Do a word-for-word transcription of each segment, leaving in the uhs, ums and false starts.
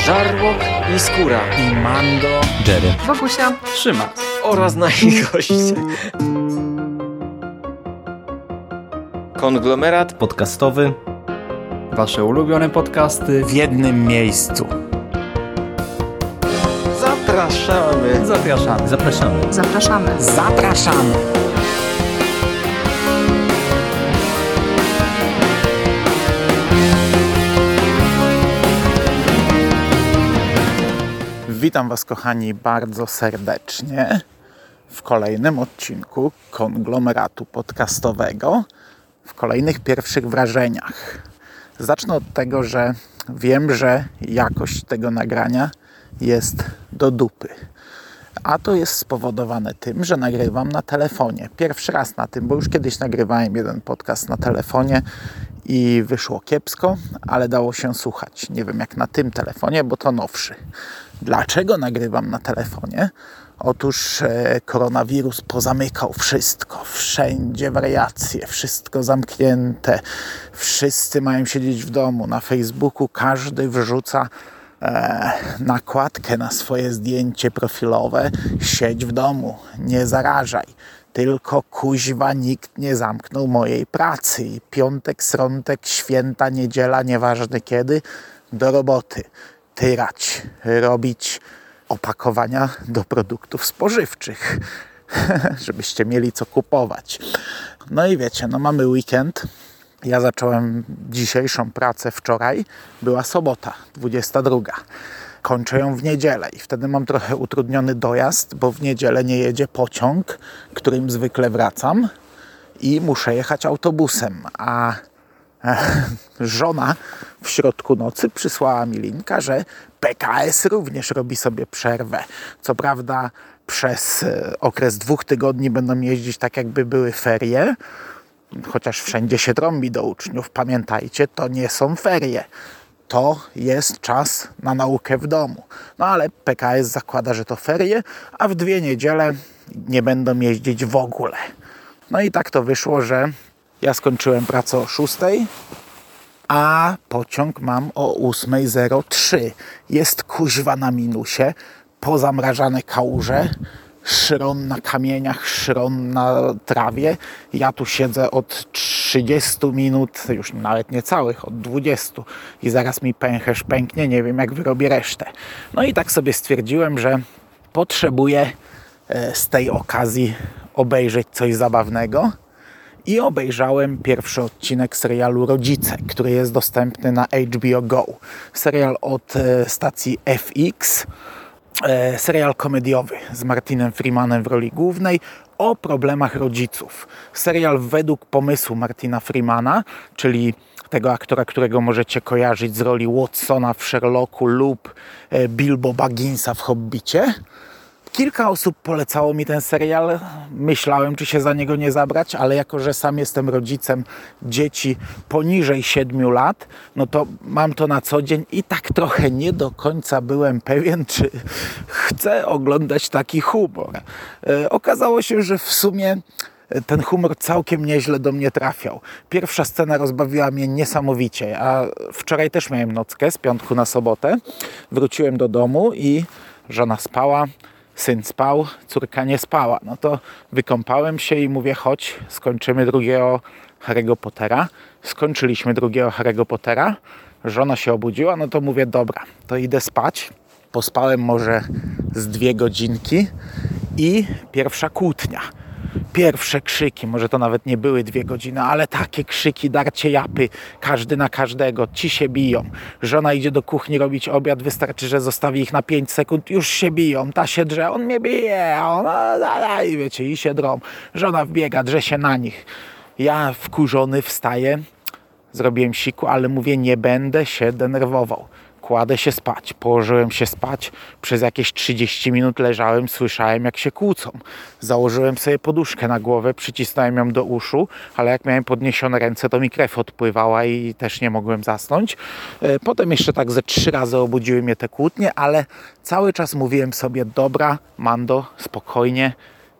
Żarłok i Skóra i Mando, Jerry, Wokusia, Szymas oraz nasi goście. Konglomerat podcastowy. Wasze ulubione podcasty w jednym miejscu. Zapraszamy. Zapraszamy. Zapraszamy. zapraszamy. Zapraszamy. Witam Was, kochani, bardzo serdecznie w kolejnym odcinku Konglomeratu Podcastowego, w kolejnych pierwszych wrażeniach. Zacznę od tego, że wiem, że jakość tego nagrania jest do dupy. A to jest spowodowane tym, że nagrywam na telefonie. Pierwszy raz na tym, bo już kiedyś nagrywałem jeden podcast na telefonie i wyszło kiepsko, ale dało się słuchać. Nie wiem jak na tym telefonie, bo to nowszy. Dlaczego nagrywam na telefonie? Otóż e, koronawirus pozamykał wszystko, wszędzie wariacje, wszystko zamknięte, wszyscy mają siedzieć w domu. Na Facebooku każdy wrzuca e, nakładkę na swoje zdjęcie profilowe: siedź w domu, nie zarażaj. Tylko kuźwa nikt nie zamknął mojej pracy. I piątek, srątek, święta, niedziela, nieważne kiedy, do roboty. Tyrać, robić opakowania do produktów spożywczych, żebyście mieli co kupować. No i wiecie, no mamy weekend. Ja zacząłem dzisiejszą pracę wczoraj, była sobota, dwudziesta druga. Kończę ją w niedzielę i wtedy mam trochę utrudniony dojazd, bo w niedzielę nie jedzie pociąg, którym zwykle wracam i muszę jechać autobusem, a żona w środku nocy przysłała mi linka, że P K S również robi sobie przerwę. Co prawda przez okres dwóch tygodni będą jeździć tak, jakby były ferie, chociaż wszędzie się trąbi do uczniów. Pamiętajcie, to nie są ferie. To jest czas na naukę w domu. No ale P K S zakłada, że to ferie, a w dwie niedziele nie będą jeździć w ogóle. No i tak to wyszło, że ja skończyłem pracę o szóstej, a pociąg mam o ósma zero trzy. Jest kuźwa na minusie, pozamrażane kałuże, szron na kamieniach, szron na trawie. Ja tu siedzę od trzydziestu minut, już nawet nie całych, od dwudziestu i zaraz mi pęcherz pęknie, nie wiem jak wyrobię resztę. No i tak sobie stwierdziłem, że potrzebuję z tej okazji obejrzeć coś zabawnego. I obejrzałem pierwszy odcinek serialu Rodzice, który jest dostępny na H B O Go. Serial od e, stacji F X, e, serial komediowy z Martinem Freemanem w roli głównej o problemach rodziców. Serial według pomysłu Martina Freemana, czyli tego aktora, którego możecie kojarzyć z roli Watsona w Sherlocku lub e, Bilbo Bagginsa w Hobbicie. Kilka osób polecało mi ten serial. Myślałem, czy się za niego nie zabrać, ale jako, że sam jestem rodzicem dzieci poniżej siedmiu lat, no to mam to na co dzień i tak trochę nie do końca byłem pewien, czy chcę oglądać taki humor. E, okazało się, że w sumie ten humor całkiem nieźle do mnie trafiał. Pierwsza scena rozbawiła mnie niesamowicie, a wczoraj też miałem nockę z piątku na sobotę. Wróciłem do domu i żona spała, syn spał, córka nie spała. No to wykąpałem się i mówię, chodź, skończymy drugiego Harry'ego Pottera. Skończyliśmy drugiego Harry'ego Pottera. Żona się obudziła, no to mówię, dobra, to idę spać. Pospałem może z dwie godzinki i pierwsza kłótnia. Pierwsze krzyki, może to nawet nie były dwie godziny, ale takie krzyki, darcie japy, każdy na każdego, ci się biją. Żona idzie do kuchni robić obiad, wystarczy, że zostawi ich na pięć sekund, już się biją, ta się drze, on mnie bije, a ona, i wiecie, i się drą. Żona wbiega, drze się na nich. Ja wkurzony wstaję, zrobiłem siku, ale mówię, nie będę się denerwował. Kładę się spać, położyłem się spać, przez jakieś trzydzieści minut leżałem, słyszałem jak się kłócą. Założyłem sobie poduszkę na głowę, przycisnąłem ją do uszu, ale jak miałem podniesione ręce, to mi krew odpływała i też nie mogłem zasnąć. Potem jeszcze tak ze trzy razy obudziły mnie te kłótnie, ale cały czas mówiłem sobie, dobra, Mando, spokojnie,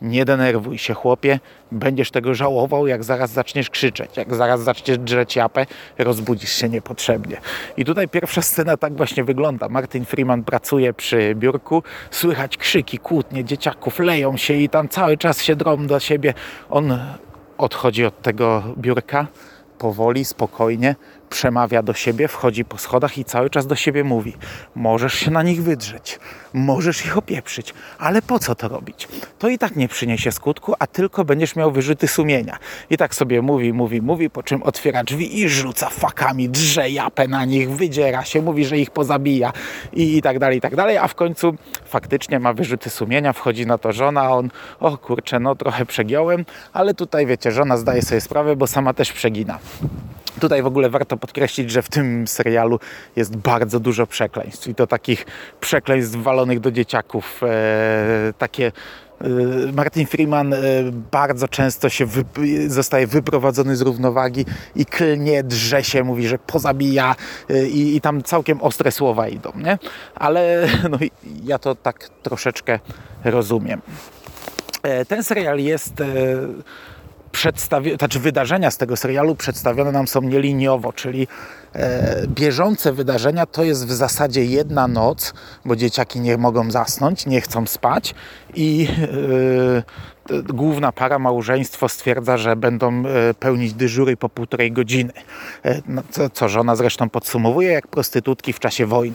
Nie denerwuj się, chłopie, będziesz tego żałował, jak zaraz zaczniesz krzyczeć, jak zaraz zaczniesz drzeć japę, rozbudzisz się niepotrzebnie. I tutaj pierwsza scena tak właśnie wygląda. Martin Freeman pracuje przy biurku, słychać krzyki, kłótnie dzieciaków, leją się i tam cały czas się drą do siebie. On odchodzi od tego biurka, powoli, spokojnie, przemawia do siebie, wchodzi po schodach i cały czas do siebie mówi: możesz się na nich wydrzeć, możesz ich opieprzyć, ale po co to robić? To i tak nie przyniesie skutku, a tylko będziesz miał wyrzuty sumienia. I tak sobie mówi, mówi, mówi, po czym otwiera drzwi i rzuca fakami, drze japę na nich, wydziera się, mówi, że ich pozabija i, i tak dalej, i tak dalej, a w końcu faktycznie ma wyrzuty sumienia, wchodzi na to żona, a on: o kurczę, no trochę przegiąłem, ale tutaj wiecie, żona zdaje sobie sprawę, bo sama też przegina. Tutaj w ogóle warto podkreślić, że w tym serialu jest bardzo dużo przekleństw i to takich przekleństw walonych do dzieciaków. E, takie e, Martin Freeman e, bardzo często się wy, zostaje wyprowadzony z równowagi i klnie, drze się, mówi, że pozabija e, i, i tam całkiem ostre słowa idą, nie? Ale no, ja to tak troszeczkę rozumiem. E, ten serial jest... E, Przedstawi- znaczy wydarzenia z tego serialu przedstawione nam są nieliniowo, czyli e, bieżące wydarzenia to jest w zasadzie jedna noc, bo dzieciaki nie mogą zasnąć, nie chcą spać i e, główna para, małżeństwo stwierdza, że będą e, pełnić dyżury po półtorej godziny, e, no, co, co żona zresztą podsumowuje jak prostytutki w czasie wojny.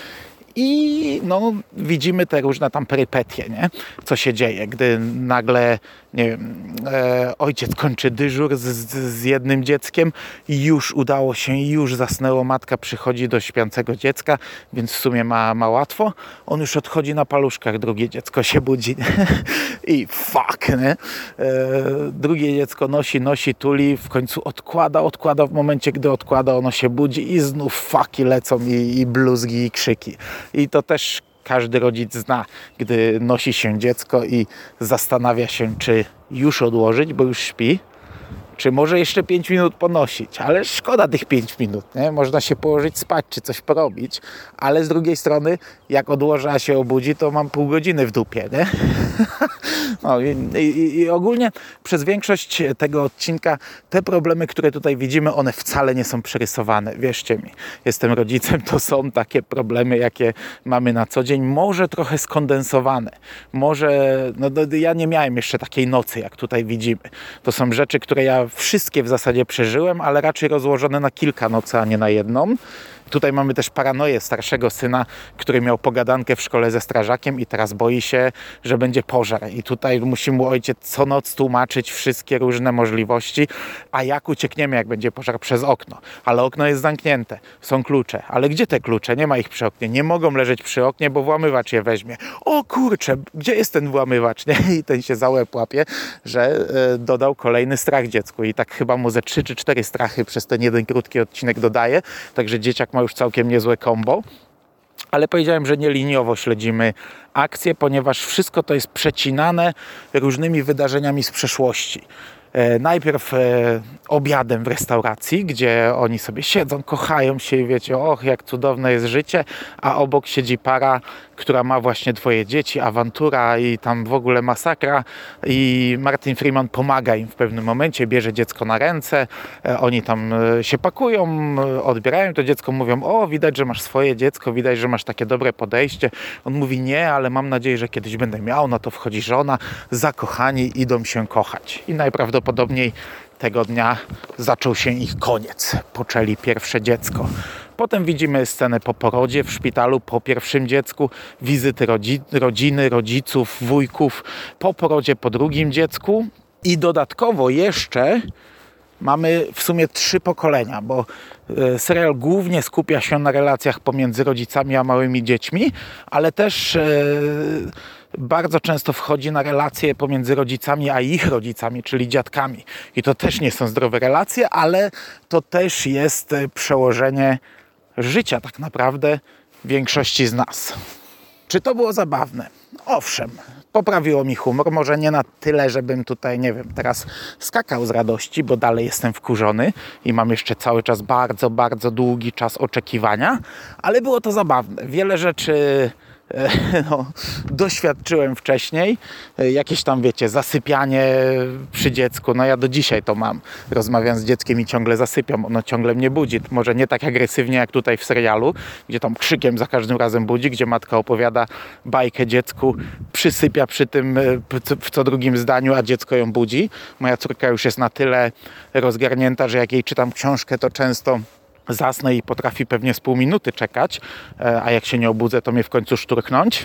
I no, widzimy te różne tam perypetie, nie? Co się dzieje, gdy nagle, nie wiem, e, ojciec kończy dyżur z, z, z jednym dzieckiem i już udało się, już zasnęło, matka przychodzi do śpiącego dziecka, więc w sumie ma, ma łatwo. On już odchodzi na paluszkach, drugie dziecko się budzi i fuck, nie? E, drugie dziecko nosi, nosi, tuli, w końcu odkłada, odkłada, w momencie, gdy odkłada, ono się budzi i znów fucki lecą i, i bluzgi, i krzyki. I to też każdy rodzic zna, gdy nosi się dziecko i zastanawia się, czy już odłożyć, bo już śpi, czy może jeszcze pięć minut ponosić, ale szkoda tych pięć minut, nie? Można się położyć spać, czy coś porobić, ale z drugiej strony, jak odłożę, a się obudzi, to mam pół godziny w dupie, nie? No, i, i, i ogólnie przez większość tego odcinka te problemy, które tutaj widzimy, one wcale nie są przerysowane. Wierzcie mi, jestem rodzicem, to są takie problemy, jakie mamy na co dzień. Może trochę skondensowane. Może, no, ja nie miałem jeszcze takiej nocy, jak tutaj widzimy. To są rzeczy, które ja wszystkie w zasadzie przeżyłem, ale raczej rozłożone na kilka nocy, a nie na jedną. Tutaj mamy też paranoję starszego syna, który miał pogadankę w szkole ze strażakiem i teraz boi się, że będzie pożar. I tutaj musi mu ojciec co noc tłumaczyć wszystkie różne możliwości, a jak uciekniemy, jak będzie pożar? Przez okno. Ale okno jest zamknięte, są klucze. Ale gdzie te klucze? Nie ma ich przy oknie. Nie mogą leżeć przy oknie, bo włamywacz je weźmie. O kurczę, gdzie jest ten włamywacz? Nie? I ten się za łeb łapie, że e, dodał kolejny strach dziecku. I tak chyba mu ze trzy czy cztery strachy przez ten jeden krótki odcinek dodaje. Także dzieciak ma już całkiem niezłe kombo. Ale powiedziałem, że nieliniowo śledzimy akcję, ponieważ wszystko to jest przecinane różnymi wydarzeniami z przeszłości. E, najpierw e, obiadem w restauracji, gdzie oni sobie siedzą, kochają się i wiecie, och, jak cudowne jest życie, a obok siedzi para, która ma właśnie dwoje dzieci, awantura i tam w ogóle masakra i Martin Freeman pomaga im w pewnym momencie, bierze dziecko na ręce, e, oni tam e, się pakują, e, odbierają to dziecko, mówią: o, widać, że masz swoje dziecko, widać, że masz takie dobre podejście. On mówi: nie, ale mam nadzieję, że kiedyś będę miał. No to wchodzi żona, zakochani, idą się kochać i najprawdopodobniej tego dnia zaczął się ich koniec. Poczęli pierwsze dziecko. Potem widzimy scenę po porodzie w szpitalu, po pierwszym dziecku, wizyty rodzi- rodziny, rodziców, wujków, po porodzie po drugim dziecku i dodatkowo jeszcze mamy w sumie trzy pokolenia, bo serial głównie skupia się na relacjach pomiędzy rodzicami a małymi dziećmi, ale też e, bardzo często wchodzi na relacje pomiędzy rodzicami a ich rodzicami, czyli dziadkami. I to też nie są zdrowe relacje, ale to też jest przełożenie życia tak naprawdę większości z nas. Czy to było zabawne? Owszem, poprawiło mi humor, może nie na tyle, żebym tutaj, nie wiem, teraz skakał z radości, bo dalej jestem wkurzony i mam jeszcze cały czas bardzo, bardzo długi czas oczekiwania, ale było to zabawne. Wiele rzeczy no, doświadczyłem wcześniej. Jakieś tam, wiecie, zasypianie przy dziecku. No ja do dzisiaj to mam. Rozmawiam z dzieckiem i ciągle zasypiam. Ono ciągle mnie budzi. Może nie tak agresywnie jak tutaj w serialu, gdzie tam krzykiem za każdym razem budzi, gdzie matka opowiada bajkę dziecku, przysypia przy tym w co drugim zdaniu, a dziecko ją budzi. Moja córka już jest na tyle rozgarnięta, że jak jej czytam książkę, to często zasnę i potrafi pewnie z pół minuty czekać, a jak się nie obudzę, to mnie w końcu szturchnąć.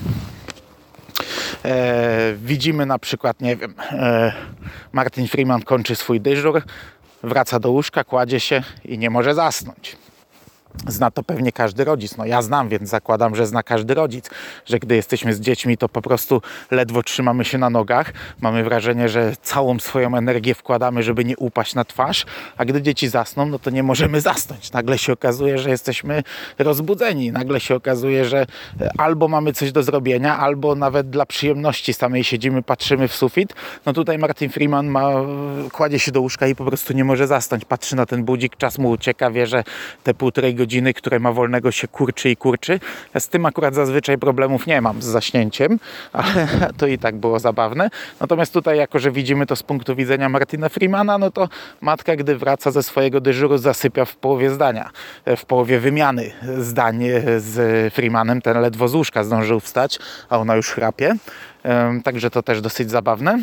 E, widzimy na przykład, nie wiem, e, Martin Freeman kończy swój dyżur, wraca do łóżka, kładzie się i nie może zasnąć. Zna to pewnie każdy rodzic. No ja znam, więc zakładam, że zna każdy rodzic, że gdy jesteśmy z dziećmi, to po prostu ledwo trzymamy się na nogach. Mamy wrażenie, że całą swoją energię wkładamy, żeby nie upaść na twarz, a gdy dzieci zasną, no to nie możemy zasnąć. Nagle się okazuje, że jesteśmy rozbudzeni. Nagle się okazuje, że albo mamy coś do zrobienia, albo nawet dla przyjemności samej siedzimy, patrzymy w sufit. No tutaj Martin Freeman ma, kładzie się do łóżka i po prostu nie może zasnąć. Patrzy na ten budzik, czas mu ucieka, wie, że te półtorej godziny godziny, które ma wolnego, się kurczy i kurczy. Ja z tym akurat zazwyczaj problemów nie mam z zaśnięciem, ale to i tak było zabawne. Natomiast tutaj, jako że widzimy to z punktu widzenia Martina Freemana, no to matka, gdy wraca ze swojego dyżuru, zasypia w połowie zdania, w połowie wymiany zdań z Freemanem. Ten ledwo z łóżka zdążył wstać, a ona już chrapie. Także to też dosyć zabawne.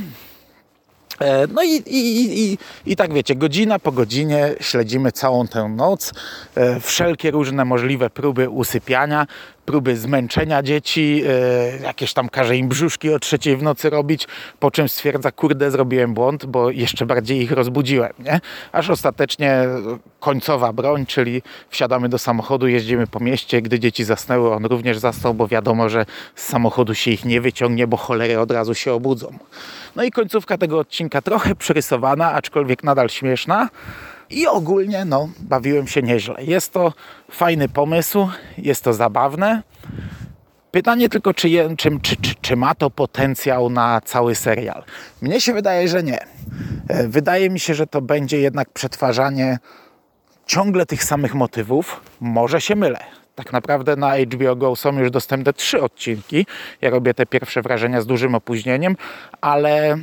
No i, i, i, i tak wiecie, godzina po godzinie śledzimy całą tę noc, wszelkie różne możliwe próby usypiania, próby zmęczenia dzieci, jakieś tam każe im brzuszki o trzeciej w nocy robić, po czym stwierdza, kurde, zrobiłem błąd, bo jeszcze bardziej ich rozbudziłem, nie? Aż ostatecznie końcowa broń, czyli wsiadamy do samochodu, jeździmy po mieście, gdy dzieci zasnęły, on również zasnął, bo wiadomo, że z samochodu się ich nie wyciągnie, bo cholery od razu się obudzą. No i końcówka tego odcinka trochę przerysowana, aczkolwiek nadal śmieszna. I ogólnie, no, bawiłem się nieźle. Jest to fajny pomysł, jest to zabawne. Pytanie tylko, czy, je, czy, czy, czy, czy ma to potencjał na cały serial. Mnie się wydaje, że nie. Wydaje mi się, że to będzie jednak przetwarzanie ciągle tych samych motywów. Może się mylę. Tak naprawdę na H B O Go są już dostępne trzy odcinki. Ja robię te pierwsze wrażenia z dużym opóźnieniem, ale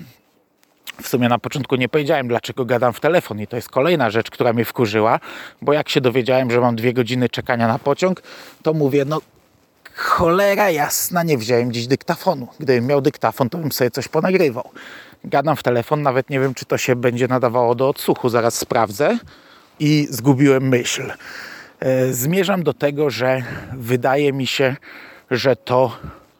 w sumie na początku nie powiedziałem, dlaczego gadam w telefon i to jest kolejna rzecz, która mnie wkurzyła, bo jak się dowiedziałem, że mam dwie godziny czekania na pociąg, to mówię, no cholera jasna, nie wziąłem dziś dyktafonu. Gdybym miał dyktafon, to bym sobie coś ponagrywał. Gadam w telefon, nawet nie wiem, czy to się będzie nadawało do odsłuchu, zaraz sprawdzę i zgubiłem myśl. Zmierzam do tego, że wydaje mi się, że to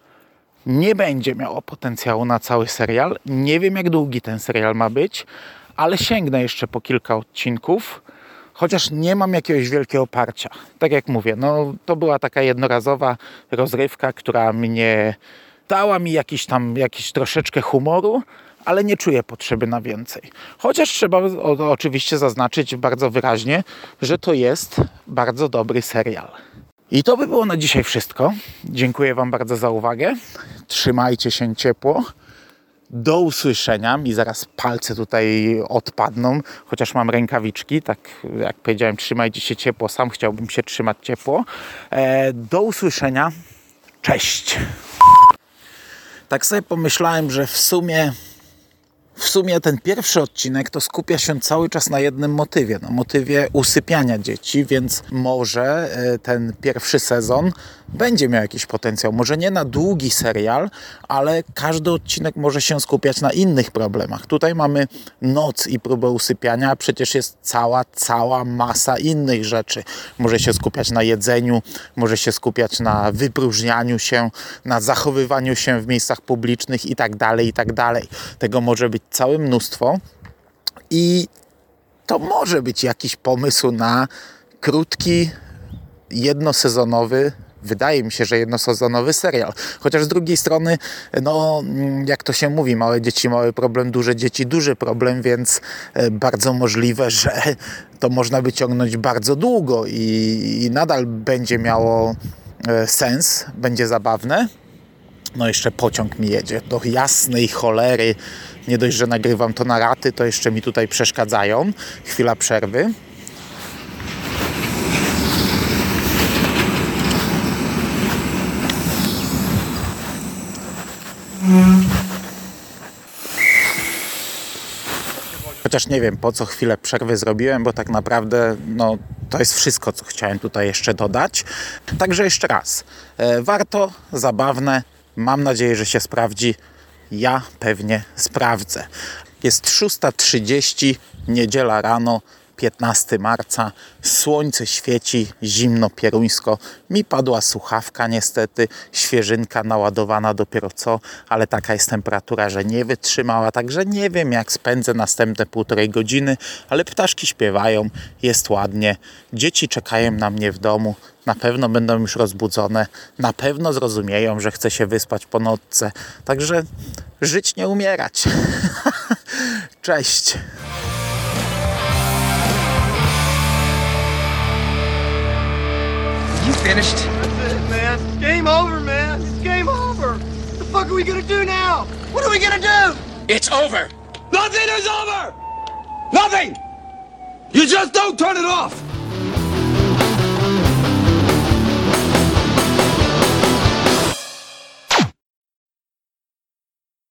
nie będzie miało potencjału na cały serial. Nie wiem, jak długi ten serial ma być, ale sięgnę jeszcze po kilka odcinków, chociaż nie mam jakiegoś wielkiego oparcia. Tak jak mówię, no to była taka jednorazowa rozrywka, która mnie dała mi jakiś tam, jakiś troszeczkę humoru, ale nie czuję potrzeby na więcej. Chociaż trzeba o, oczywiście zaznaczyć bardzo wyraźnie, że to jest bardzo dobry serial. I to by było na dzisiaj wszystko. Dziękuję Wam bardzo za uwagę. Trzymajcie się ciepło. Do usłyszenia. Mi zaraz palce tutaj odpadną, chociaż mam rękawiczki. Tak jak powiedziałem, trzymajcie się ciepło. Sam chciałbym się trzymać ciepło. Do usłyszenia. Cześć. Tak sobie pomyślałem, że w sumie W sumie ten pierwszy odcinek to skupia się cały czas na jednym motywie, na motywie usypiania dzieci, więc może ten pierwszy sezon będzie miał jakiś potencjał. Może nie na długi serial, ale każdy odcinek może się skupiać na innych problemach. Tutaj mamy noc i próbę usypiania, a przecież jest cała, cała masa innych rzeczy. Może się skupiać na jedzeniu, może się skupiać na wypróżnianiu się, na zachowywaniu się w miejscach publicznych i tak dalej, i tak dalej. Tego może być całe mnóstwo i to może być jakiś pomysł na krótki, jednosezonowy, wydaje mi się, że jednosezonowy serial. Chociaż z drugiej strony, no jak to się mówi, małe dzieci, mały problem, duże dzieci, duży problem, więc bardzo możliwe, że to można by ciągnąć bardzo długo i, i nadal będzie miało sens, będzie zabawne. No jeszcze pociąg mi jedzie, do jasnej cholery. Nie dość, że nagrywam to na raty, to jeszcze mi tutaj przeszkadzają. Chwila przerwy. Chociaż nie wiem, po co chwilę przerwy zrobiłem, bo tak naprawdę no, to jest wszystko, co chciałem tutaj jeszcze dodać. Także jeszcze raz, e, warto, zabawne, mam nadzieję, że się sprawdzi. Ja pewnie sprawdzę. Jest szósta trzydzieści, niedziela rano, piętnastego marca. Słońce świeci, zimno, pieruńsko. Mi padła słuchawka niestety, świeżynka naładowana dopiero co, ale taka jest temperatura, że nie wytrzymała, także nie wiem jak spędzę następne półtorej godziny, ale ptaszki śpiewają, jest ładnie, dzieci czekają na mnie w domu, na pewno będą już rozbudzone, na pewno zrozumieją, że chcę się wyspać po nocce, także żyć, nie umierać. Cześć! You finished? That's it, man. It's game over, man. It's game over. What the fuck are we gonna do now? What are we gonna do? It's over. Nothing is over! Nothing! You just don't turn it off!